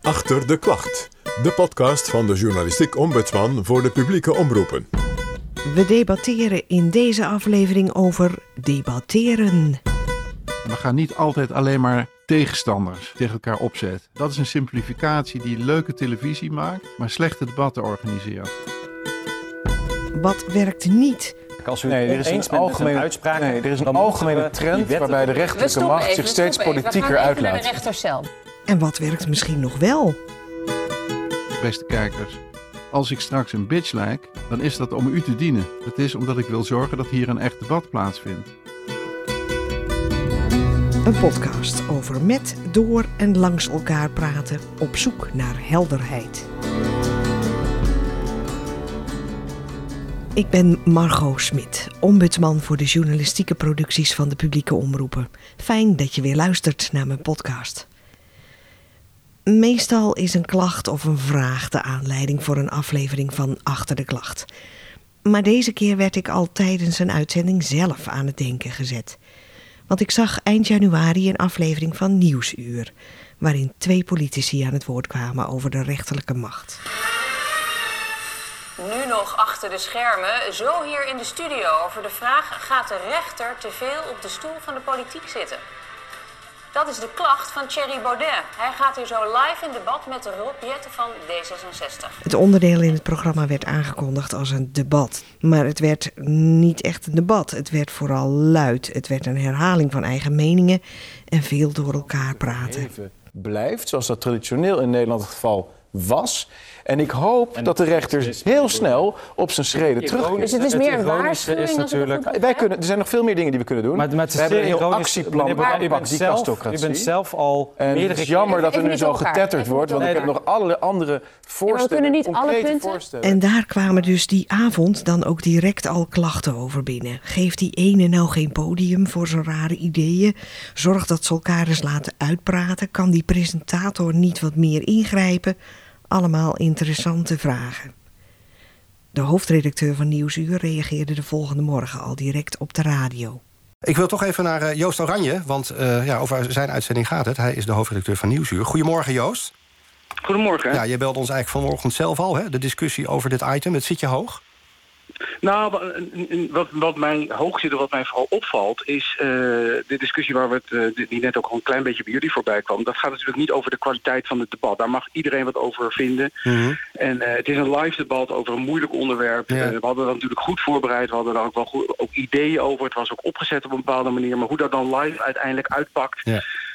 Achter de klacht, de podcast van de journalistiek ombudsman voor de publieke omroepen. We debatteren in deze aflevering over debatteren. We gaan niet altijd alleen maar tegenstanders tegen elkaar opzetten. Dat is een simplificatie die leuke televisie maakt, maar slechte debatten organiseert. Wat werkt niet? Als u er is een algemene uitspraak. Nee, er is een algemene trend waarbij de rechterlijke macht zich steeds politieker uitlaat. De rechter zelf. En wat werkt misschien nog wel? Beste kijkers, als ik straks een bitch lijk, dan is dat om u te dienen. Het is omdat ik wil zorgen dat hier een echt debat plaatsvindt. Een podcast over met, door en langs elkaar praten op zoek naar helderheid. Ik ben Margot Smit, ombudsman voor de journalistieke producties van de publieke omroepen. Fijn dat je weer luistert naar mijn podcast. Meestal is een klacht of een vraag de aanleiding voor een aflevering van Achter de Klacht. Maar deze keer werd ik al tijdens een uitzending zelf aan het denken gezet. Want ik zag eind januari een aflevering van Nieuwsuur, waarin 2 politici aan het woord kwamen over de rechterlijke macht. Nu nog achter de schermen, zo hier in de studio over de vraag: gaat de rechter te veel op de stoel van de politiek zitten? Dat is de klacht van Thierry Baudet. Hij gaat hier zo live in debat met Rob Jetten van D66. Het onderdeel in het programma werd aangekondigd als een debat. Maar het werd niet echt een debat. Het werd vooral luid. Het werd een herhaling van eigen meningen en veel door elkaar praten. Even blijft, zoals dat traditioneel in Nederland het geval was. En ik hoop dat de rechter heel snel op zijn schreden terugkeert. Dus het is meer een waarschuwing is natuurlijk. Er zijn nog veel meer dingen die we kunnen doen. Maar we hebben een heel actieplan aanpak die kastocratie. U bent zelf al en het is jammer dat er nu zo getetterd wordt, want ik heb nog allerlei andere voorstellen. We kunnen niet alle punten. Voorstellen. En daar kwamen dus die avond dan ook direct al klachten over binnen. Geeft die ene nou geen podium voor zijn rare ideeën? Zorg dat ze elkaar eens laten uitpraten? Kan die presentator niet wat meer ingrijpen? Allemaal interessante vragen. De hoofdredacteur van Nieuwsuur reageerde de volgende morgen al direct op de radio. Ik wil toch even naar Joost Oranje, want over zijn uitzending gaat het. Hij is de hoofdredacteur van Nieuwsuur. Goedemorgen, Joost. Goedemorgen. Ja, je belde ons eigenlijk vanochtend zelf al, hè? De discussie over dit item. Het zit je hoog? Nou, wat mij hoog zit en wat mij vooral opvalt is de discussie waar we die net ook al een klein beetje bij jullie voorbij kwam. Dat gaat natuurlijk niet over de kwaliteit van het debat. Daar mag iedereen wat over vinden. Mm-hmm. En het is een live debat over een moeilijk onderwerp. Ja. We hadden dat natuurlijk goed voorbereid. We hadden daar ook wel ook ideeën over. Het was ook opgezet op een bepaalde manier. Maar hoe dat dan live uiteindelijk uitpakt,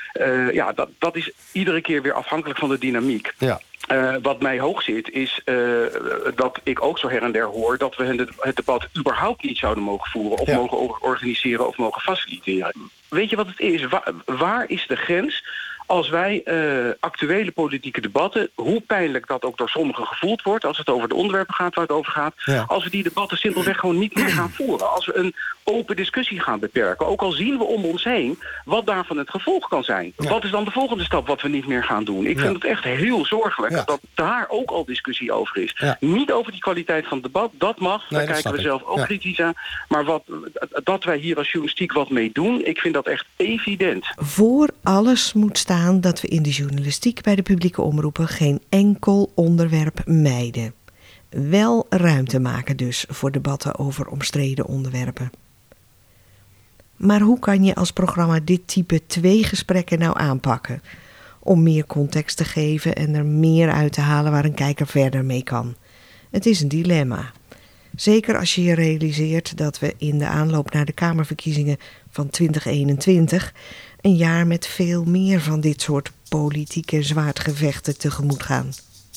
dat is iedere keer weer afhankelijk van de dynamiek. Ja. Wat mij hoog zit is dat ik ook zo her en der hoor dat we het debat überhaupt niet zouden mogen voeren of mogen organiseren of mogen faciliteren. Weet je wat het is? Waar is de grens als wij actuele politieke debatten, hoe pijnlijk dat ook door sommigen gevoeld wordt, als het over de onderwerpen gaat waar het over gaat, als we die debatten simpelweg gewoon niet meer gaan voeren. Als we een open discussie gaan beperken, ook al zien we om ons heen wat daarvan het gevolg kan zijn. Ja. Wat is dan de volgende stap wat we niet meer gaan doen? Ik vind het echt heel zorgelijk dat daar ook al discussie over is. Ja. Niet over die kwaliteit van het debat, dat mag, daar kijken we zelf ook kritisch aan. Maar dat wij hier als journalistiek wat mee doen, ik vind dat echt evident. Voor alles moet staan dat we in de journalistiek bij de publieke omroepen geen enkel onderwerp mijden. Wel ruimte maken dus voor debatten over omstreden onderwerpen. Maar hoe kan je als programma dit type 2 gesprekken nou aanpakken? Om meer context te geven en er meer uit te halen waar een kijker verder mee kan. Het is een dilemma. Zeker als je je realiseert dat we in de aanloop naar de Kamerverkiezingen van 2021... een jaar met veel meer van dit soort politieke zwaardgevechten tegemoet gaan.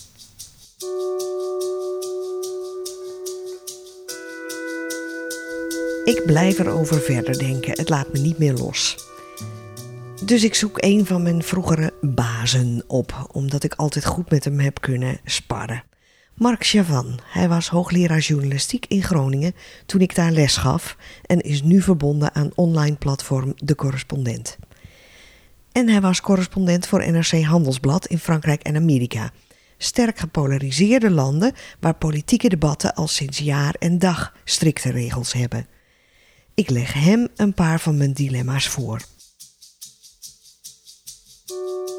Ik blijf erover verder denken. Het laat me niet meer los. Dus ik zoek een van mijn vroegere bazen op, omdat ik altijd goed met hem heb kunnen sparren. Mark Chavan. Hij was hoogleraar journalistiek in Groningen toen ik daar les gaf en is nu verbonden aan online platform De Correspondent. En hij was correspondent voor NRC Handelsblad in Frankrijk en Amerika. Sterk gepolariseerde landen waar politieke debatten al sinds jaar en dag strikte regels hebben. Ik leg hem een paar van mijn dilemma's voor.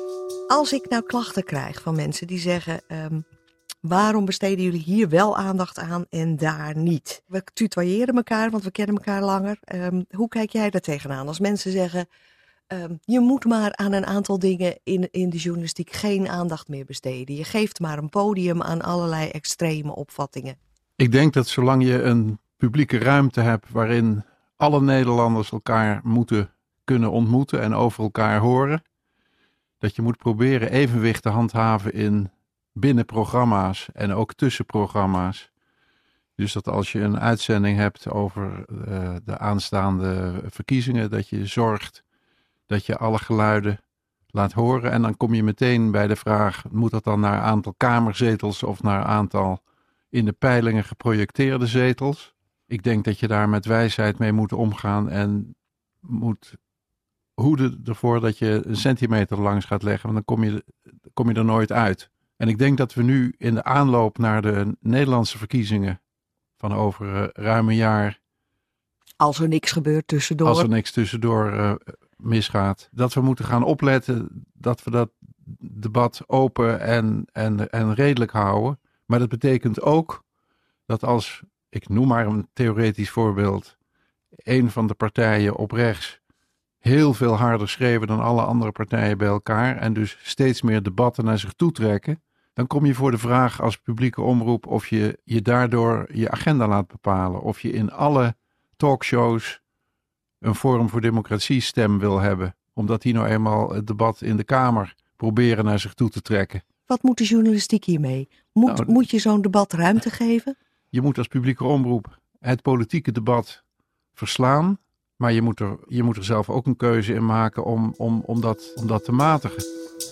Als ik nou klachten krijg van mensen die zeggen... waarom besteden jullie hier wel aandacht aan en daar niet? We tutoyeren elkaar, want we kennen elkaar langer. Hoe kijk jij daar tegenaan? Als mensen zeggen... je moet maar aan een aantal dingen in de journalistiek geen aandacht meer besteden. Je geeft maar een podium aan allerlei extreme opvattingen. Ik denk dat zolang je een publieke ruimte hebt waarin alle Nederlanders elkaar moeten kunnen ontmoeten en over elkaar horen, dat je moet proberen evenwicht te handhaven binnen programma's en ook tussen programma's. Dus dat als je een uitzending hebt over de aanstaande verkiezingen, dat je zorgt dat je alle geluiden laat horen. En dan kom je meteen bij de vraag, moet dat dan naar aantal kamerzetels of naar aantal in de peilingen geprojecteerde zetels? Ik denk dat je daar met wijsheid mee moet omgaan en moet hoeden ervoor dat je een centimeter langs gaat leggen, want dan kom je er nooit uit. En ik denk dat we nu in de aanloop naar de Nederlandse verkiezingen van over ruim een jaar, als er niks gebeurt tussendoor. Als er niks tussendoor misgaat. Dat we moeten gaan opletten dat we dat debat open en redelijk houden. Maar dat betekent ook dat als, ik noem maar een theoretisch voorbeeld, een van de partijen op rechts heel veel harder schreeuwen dan alle andere partijen bij elkaar en dus steeds meer debatten naar zich toe trekken, dan kom je voor de vraag als publieke omroep of je daardoor je agenda laat bepalen. Of je in alle talkshows een Forum voor Democratie stem wil hebben. Omdat die nou eenmaal het debat in de Kamer proberen naar zich toe te trekken. Wat moet de journalistiek hiermee? Moet je zo'n debat ruimte geven? Je moet als publieke omroep het politieke debat verslaan. Maar je moet er zelf ook een keuze in maken om dat te matigen.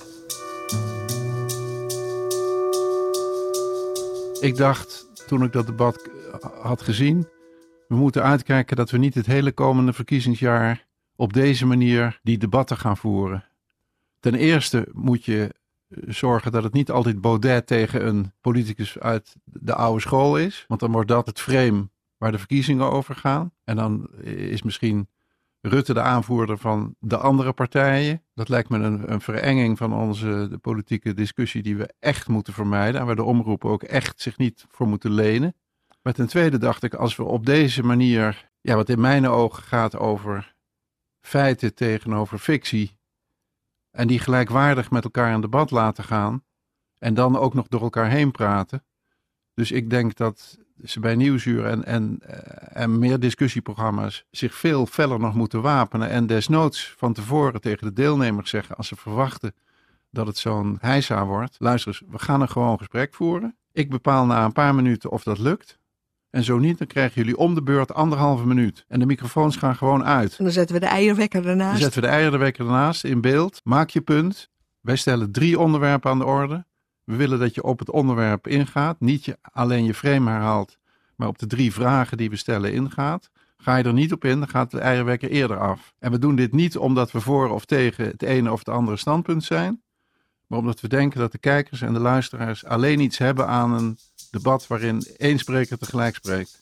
Ik dacht, toen ik dat debat had gezien, we moeten uitkijken dat we niet het hele komende verkiezingsjaar op deze manier die debatten gaan voeren. Ten eerste moet je zorgen dat het niet altijd Baudet tegen een politicus uit de oude school is. Want dan wordt dat het frame waar de verkiezingen over gaan. En dan is misschien Rutte de aanvoerder van de andere partijen. Dat lijkt me een verenging van de politieke discussie die we echt moeten vermijden. En waar de omroepen ook echt zich niet voor moeten lenen. Maar ten tweede dacht ik, als we op deze manier, wat in mijn ogen gaat over feiten tegenover fictie, en die gelijkwaardig met elkaar in debat laten gaan, en dan ook nog door elkaar heen praten. Dus ik denk dat ze bij Nieuwsuur en meer discussieprogramma's zich veel feller nog moeten wapenen en desnoods van tevoren tegen de deelnemers zeggen, als ze verwachten dat het zo'n heisa wordt, luister eens, we gaan een gewoon gesprek voeren. Ik bepaal na een paar minuten of dat lukt. En zo niet, dan krijgen jullie om de beurt 1,5 minuut. En de microfoons gaan gewoon uit. En dan zetten we de eierwekker ernaast. In beeld. Maak je punt. Wij stellen 3 onderwerpen aan de orde. We willen dat je op het onderwerp ingaat. Niet alleen je frame herhaalt, maar op de 3 vragen die we stellen ingaat. Ga je er niet op in, dan gaat de eierwekker eerder af. En we doen dit niet omdat we voor of tegen het ene of het andere standpunt zijn. Maar omdat we denken dat de kijkers en de luisteraars alleen iets hebben aan een debat waarin 1 spreker tegelijk spreekt.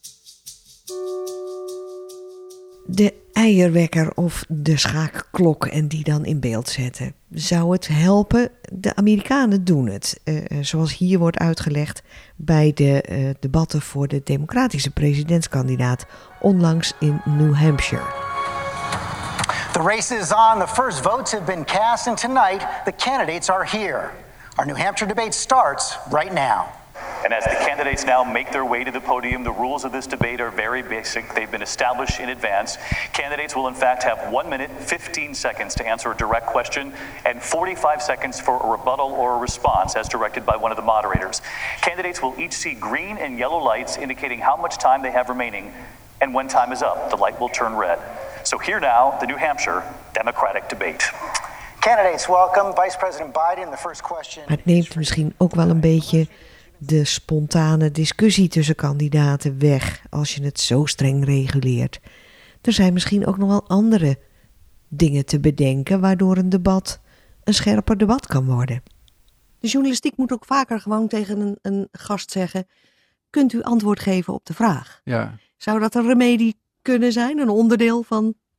De eierwekker of de schaakklok en die dan in beeld zetten. Zou het helpen? De Amerikanen doen het. Zoals hier wordt uitgelegd bij de debatten voor de democratische presidentskandidaat onlangs in New Hampshire. The race is on. The first votes have been cast, and tonight the candidates are here. Our New Hampshire debate starts right now. And as the candidates now make their way to the podium, the rules of this debate are very basic. They've been established in advance. Candidates will in fact have 1 minute, 15 seconds to answer a direct question and 45 seconds for a rebuttal or a response as directed by one of the moderators. Candidates will each see green and yellow lights indicating how much time they have remaining, and when time is up, the light will turn red. So here now, the New Hampshire Democratic debate. Candidates, welcome. Vice President Biden, the first question. Maar het neemt misschien ook wel een beetje de spontane discussie tussen kandidaten weg als je het zo streng reguleert. Er zijn misschien ook nog wel andere dingen te bedenken waardoor een debat een scherper debat kan worden. De journalistiek moet ook vaker gewoon tegen een gast zeggen: kunt u antwoord geven op de vraag? Ja. Zou dat een remedie kunnen zijn, een onderdeel van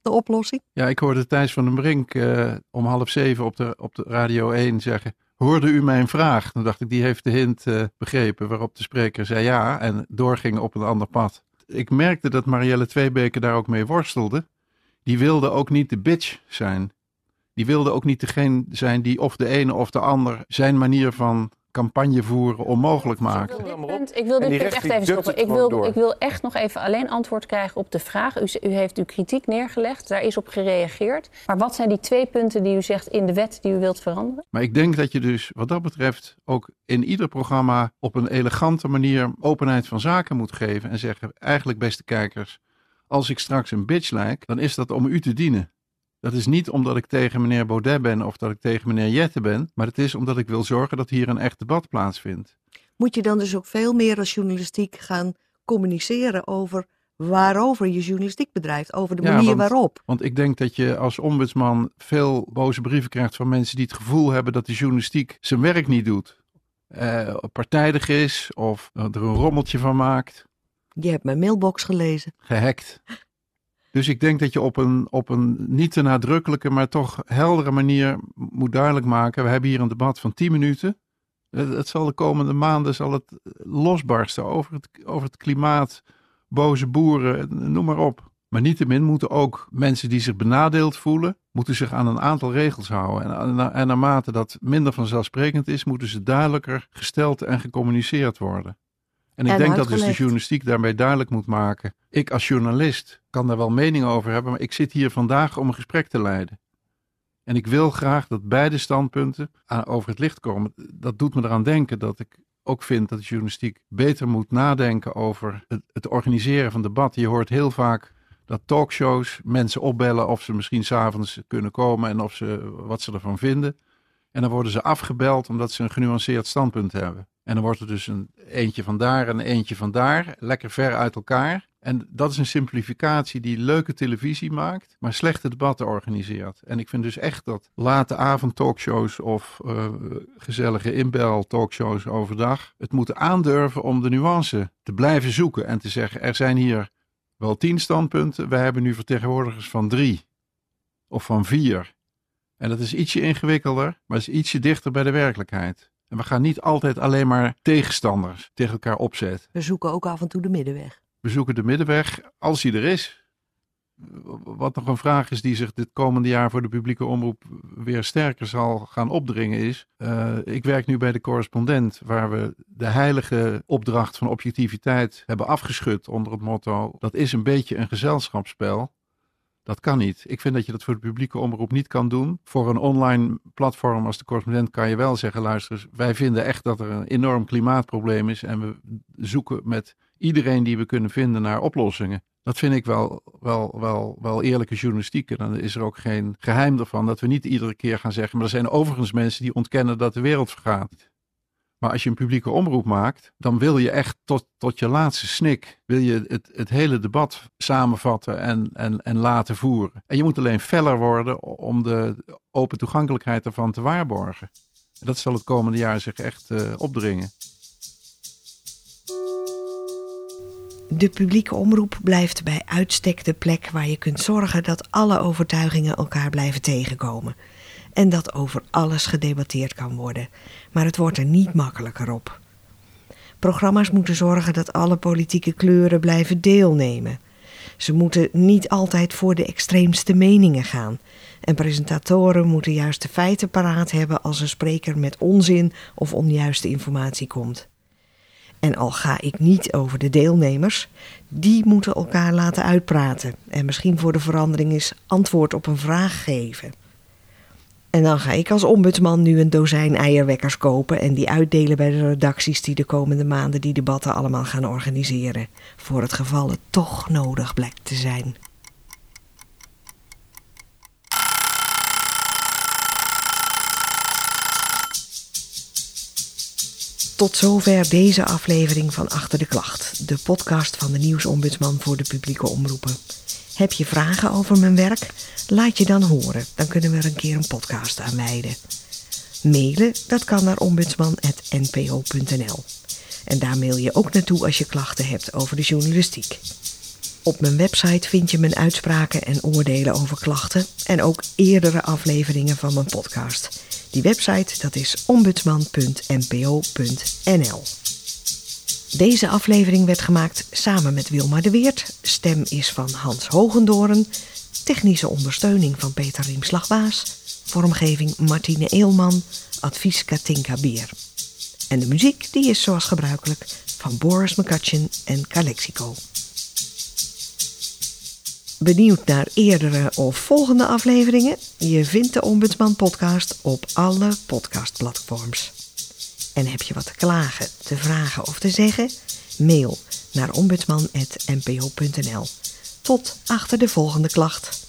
de oplossing? Ja, ik hoorde Thijs van den Brink om 6:30 op de Radio 1 zeggen... Hoorde u mijn vraag? Dan dacht ik, die heeft de hint begrepen, waarop de spreker zei ja en doorging op een ander pad. Ik merkte dat Marielle Tweebeke daar ook mee worstelde. Die wilde ook niet de bitch zijn. Die wilde ook niet degene zijn die of de ene of de ander zijn manier van campagne voeren onmogelijk maken. Ik wil dit punt echt even stoppen. Ik wil echt nog even alleen antwoord krijgen op de vraag. U heeft uw kritiek neergelegd, daar is op gereageerd. Maar wat zijn die 2 punten die u zegt in de wet die u wilt veranderen? Maar ik denk dat je dus wat dat betreft ook in ieder programma op een elegante manier openheid van zaken moet geven. En zeggen, eigenlijk beste kijkers, als ik straks een bitch lijk, dan is dat om u te dienen. Dat is niet omdat ik tegen meneer Baudet ben of dat ik tegen meneer Jette ben. Maar het is omdat ik wil zorgen dat hier een echt debat plaatsvindt. Moet je dan dus ook veel meer als journalistiek gaan communiceren over waarover je journalistiek bedrijft, over de manier waarop? Want ik denk dat je als ombudsman veel boze brieven krijgt van mensen die het gevoel hebben dat de journalistiek zijn werk niet doet. Partijdig is of er een rommeltje van maakt. Je hebt mijn mailbox gelezen. Gehackt. Dus ik denk dat je op een niet te nadrukkelijke, maar toch heldere manier moet duidelijk maken. We hebben hier een debat van 10 minuten. Het zal de komende maanden losbarsten over het klimaat, boze boeren, noem maar op. Maar niettemin moeten ook mensen die zich benadeeld voelen, moeten zich aan een aantal regels houden. En naarmate dat minder vanzelfsprekend is, moeten ze duidelijker gesteld en gecommuniceerd worden. En ik denk dat dus de journalistiek daarbij duidelijk moet maken. Ik als journalist kan daar wel mening over hebben, maar ik zit hier vandaag om een gesprek te leiden. En ik wil graag dat beide standpunten over het licht komen. Dat doet me eraan denken dat ik ook vind dat de journalistiek beter moet nadenken over het organiseren van debatten. Je hoort heel vaak dat talkshows mensen opbellen of ze misschien 's avonds kunnen komen en wat ze ervan vinden. En dan worden ze afgebeld omdat ze een genuanceerd standpunt hebben. En dan wordt er dus een eentje van daar en een eentje van daar, lekker ver uit elkaar. En dat is een simplificatie die leuke televisie maakt, maar slechte debatten organiseert. En ik vind dus echt dat late avond talkshows of gezellige inbel talkshows overdag het moeten aandurven om de nuance te blijven zoeken en te zeggen, er zijn hier wel 10 standpunten, we hebben nu vertegenwoordigers van 3 of van 4. En dat is ietsje ingewikkelder, maar is ietsje dichter bij de werkelijkheid. En we gaan niet altijd alleen maar tegenstanders tegen elkaar opzetten. We zoeken ook af en toe de middenweg. We zoeken de middenweg als die er is. Wat nog een vraag is die zich dit komende jaar voor de publieke omroep weer sterker zal gaan opdringen is. Ik werk nu bij De Correspondent, waar we de heilige opdracht van objectiviteit hebben afgeschud onder het motto, dat is een beetje een gezelschapsspel. Dat kan niet. Ik vind dat je dat voor de publieke omroep niet kan doen. Voor een online platform als De Correspondent kan je wel zeggen, luister eens, wij vinden echt dat er een enorm klimaatprobleem is en we zoeken met iedereen die we kunnen vinden naar oplossingen. Dat vind ik wel eerlijke journalistiek. En dan is er ook geen geheim ervan dat we niet iedere keer gaan zeggen, maar er zijn overigens mensen die ontkennen dat de wereld vergaat. Maar als je een publieke omroep maakt, dan wil je echt tot je laatste snik, wil je het hele debat samenvatten en laten voeren. En je moet alleen feller worden om de open toegankelijkheid ervan te waarborgen. En dat zal het komende jaar zich echt opdringen. De publieke omroep blijft bij uitstek de plek waar je kunt zorgen dat alle overtuigingen elkaar blijven tegenkomen. En dat over alles gedebatteerd kan worden. Maar het wordt er niet makkelijker op. Programma's moeten zorgen dat alle politieke kleuren blijven deelnemen. Ze moeten niet altijd voor de extreemste meningen gaan. En presentatoren moeten juist de feiten paraat hebben als een spreker met onzin of onjuiste informatie komt. En al ga ik niet over de deelnemers, die moeten elkaar laten uitpraten. En misschien voor de verandering eens antwoord op een vraag geven. En dan ga ik als ombudsman nu een dozijn eierwekkers kopen en die uitdelen bij de redacties die de komende maanden die debatten allemaal gaan organiseren. Voor het geval het toch nodig blijkt te zijn. Tot zover deze aflevering van Achter de Klacht, de podcast van de nieuwsombudsman voor de publieke omroepen. Heb je vragen over mijn werk? Laat je dan horen, dan kunnen we er een keer een podcast aan wijden. Mailen, dat kan naar ombudsman@npo.nl. En daar mail je ook naartoe als je klachten hebt over de journalistiek. Op mijn website vind je mijn uitspraken en oordelen over klachten en ook eerdere afleveringen van mijn podcast. Die website, dat is ombudsman.npo.nl. Deze aflevering werd gemaakt samen met Wilma de Weert. Stem is van Hans Hogendoren. Technische ondersteuning van Peter Riemslag-Baas. Vormgeving Martine Eelman. Advies Katinka Beer. En de muziek die is zoals gebruikelijk van Boris McCutcheon en Calexico. Benieuwd naar eerdere of volgende afleveringen? Je vindt de Ombudsman podcast op alle podcastplatforms. En heb je wat te klagen, te vragen of te zeggen? Mail naar ombudsman@npo.nl. Tot achter de volgende klacht.